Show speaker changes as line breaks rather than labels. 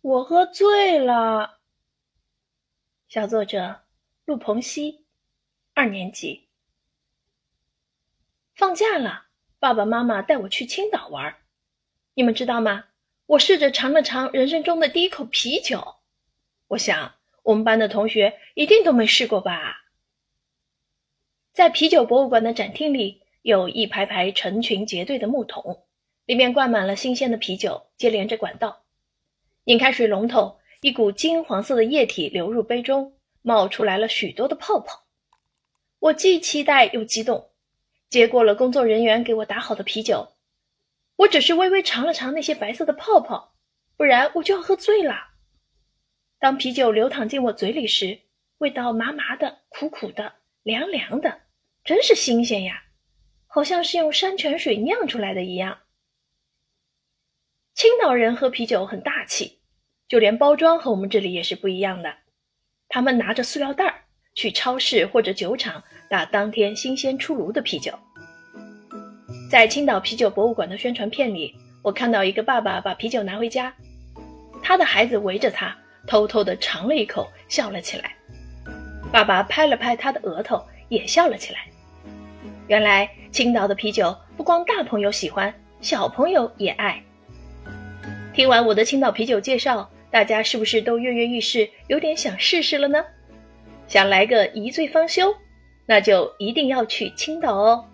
我喝醉了。小作者陆鹏熙，2年级。放假了，爸爸妈妈带我去青岛玩。你们知道吗？我试着尝了尝人生中的第一口啤酒。我想，我们班的同学一定都没试过吧。在啤酒博物馆的展厅里，有一排排成群结队的木桶，里面灌满了新鲜的啤酒，接连着管道。拧开水龙头，一股金黄色的液体流入杯中，冒出来了许多的泡泡。我既期待又激动，接过了工作人员给我打好的啤酒。我只是微微尝了尝那些白色的泡泡，不然我就要喝醉了。当啤酒流淌进我嘴里时，味道麻麻的、苦苦的、凉凉的，真是新鲜呀，好像是用山泉水酿出来的一样。青岛人喝啤酒很大气，就连包装和我们这里也是不一样的。他们拿着塑料袋去超市或者酒厂打当天新鲜出炉的啤酒。在青岛啤酒博物馆的宣传片里，我看到一个爸爸把啤酒拿回家，他的孩子围着他，偷偷地尝了一口，笑了起来。爸爸拍了拍他的额头，也笑了起来。原来青岛的啤酒不光大朋友喜欢，小朋友也爱。听完我的青岛啤酒介绍，大家是不是都跃跃欲试，有点想试试了呢？想来个一醉方休，那就一定要去青岛哦。